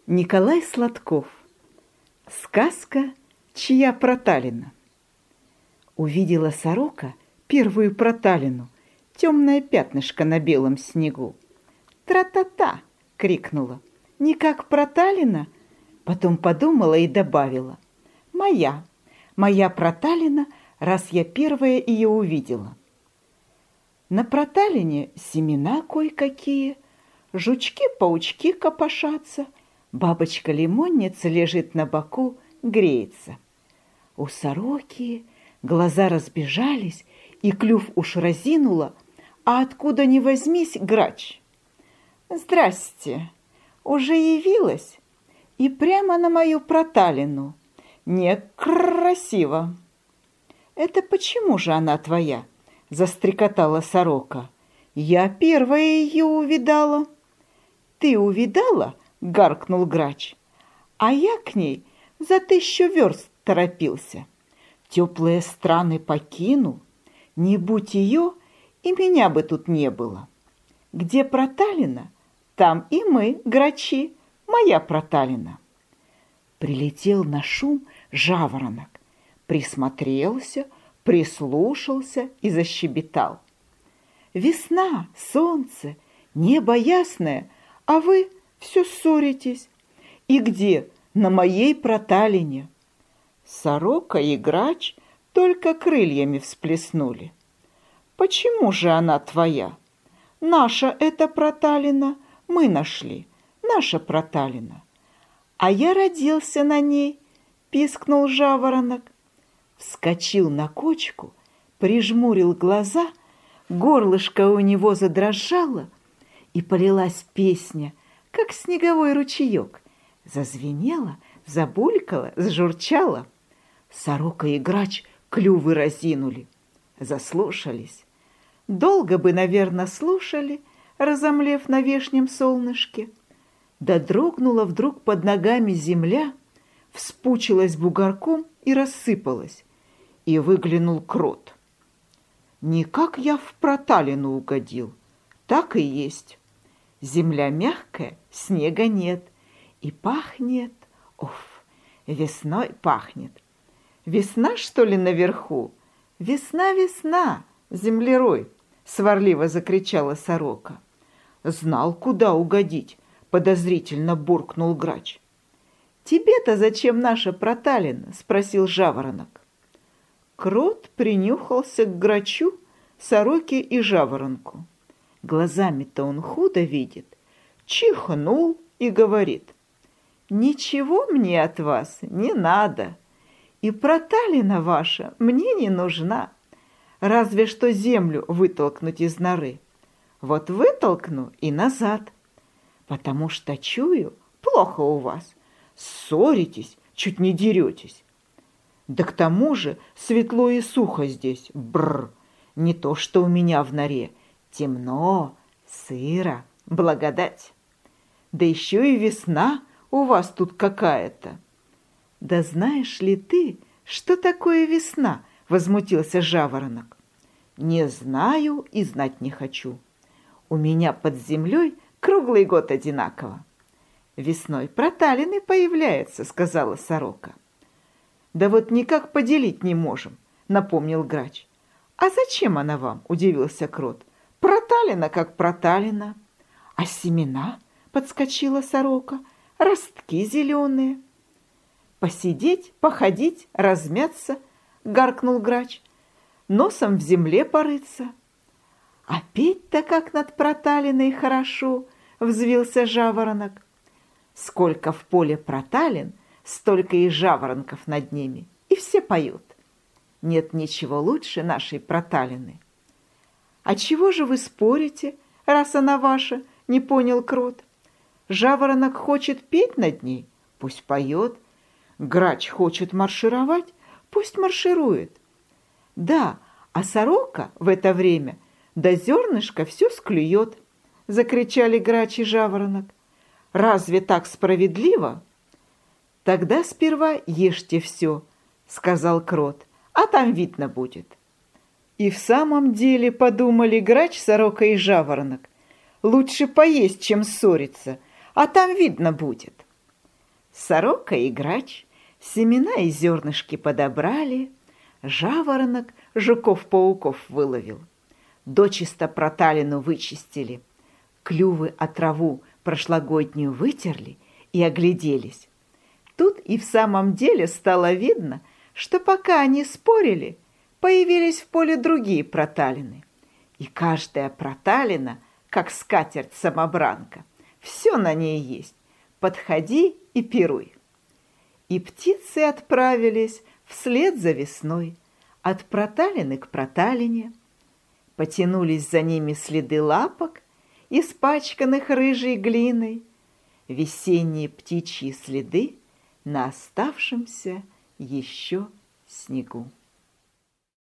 Николай Сладков. Сказка «Чья проталина». Увидела сорока первую проталину, темное пятнышко на белом снегу. «Тра-та-та!» — крикнула. «Не как проталина?» Потом подумала и добавила. Моя проталина, раз я первая ее увидела». На проталине семена кое-какие, жучки-паучки копошатся, бабочка-лимонница лежит на боку, греется. У сороки глаза разбежались, и клюв уж разинула, а откуда ни возьмись грач. «Здрасте, уже явилась? И прямо на мою проталину. Некрасиво!» «Это почему же она твоя?» — застрекотала сорока. «Я первая ее увидала». «Ты увидала?» — гаркнул грач. «А я к ней за 1000 верст торопился. Теплые страны покинул. Не будь ее, и меня бы тут не было. Где проталина, там и мы, грачи, моя проталина». Прилетел на шум жаворонок, присмотрелся, прислушался и защебетал. «Весна, солнце, небо ясное, а вы все ссоритесь. И где? На моей проталине». Сорока и грач только крыльями всплеснули. «Почему же она твоя? Наша эта проталина, мы нашли, наша проталина». «А я родился на ней», — пискнул жаворонок. Вскочил на кочку, прижмурил глаза, горлышко у него задрожало, и полилась песня, как снеговой ручеек. Зазвенела, забулькала, зажурчала. Сорока и грач клювы разинули, заслушались. Долго бы, наверное, слушали, разомлев на вешнем солнышке. Да дрогнула вдруг под ногами земля, вспучилась бугорком и рассыпалась. И выглянул крот. «Никак я в проталину угодил, так и есть. Земля мягкая, снега нет, и пахнет, весной пахнет. Весна, что ли, наверху? Весна, весна, землерой!» — сварливо закричала сорока. «Знал, куда угодить», — подозрительно буркнул грач. «Тебе-то зачем наша проталина?» — спросил жаворонок. Крот принюхался к грачу, сороке и жаворонку. Глазами-то он худо видит. Чихнул и говорит: «Ничего мне от вас не надо, и проталина ваша мне не нужна, разве что землю вытолкнуть из норы. Вот вытолкну и назад, потому что чую, плохо у вас, ссоритесь, чуть не деретесь. Да к тому же светло и сухо здесь, бррр, не то что у меня в норе, темно, сыро, благодать. Да еще и весна у вас тут какая-то». «Да знаешь ли ты, что такое весна?» — возмутился жаворонок. «Не знаю и знать не хочу. У меня под землей круглый год одинаково». «Весной проталины появляются», — сказала сорока. «Да вот никак поделить не можем», — напомнил грач. «А зачем она вам?» — удивился крот. «Проталина как проталина». «А семена?» — подскочила сорока. «Ростки зеленые». «Посидеть, походить, размяться», — гаркнул грач. «Носом в земле порыться». «А петь-то как над проталиной хорошо», — взвился жаворонок. «Сколько в поле проталин, столько и жаворонков над ними, и все поют. Нет ничего лучше нашей проталины». «А чего же вы спорите, раз она ваша?» — не понял крот. «Жаворонок хочет петь над ней? Пусть поет. Грач хочет маршировать? Пусть марширует. Да, а сорока в это время до зернышка все склюет», — закричали грач и жаворонок. «Разве так справедливо?» «Тогда сперва ешьте все», — сказал крот, — «а там видно будет». И в самом деле, подумали грач, сорока и жаворонок, лучше поесть, чем ссориться, а там видно будет. Сорока и грач семена и зернышки подобрали, жаворонок жуков-пауков выловил, дочисто проталину вычистили, клювы от траву прошлогоднюю вытерли и огляделись. Тут и в самом деле стало видно, что пока они спорили, появились в поле другие проталины. И каждая проталина, как скатерть-самобранка, все на ней есть. Подходи и пируй. И птицы отправились вслед за весной, от проталины к проталине. Потянулись за ними следы лапок, испачканных рыжей глиной, весенние птичьи следы на оставшемся еще снегу.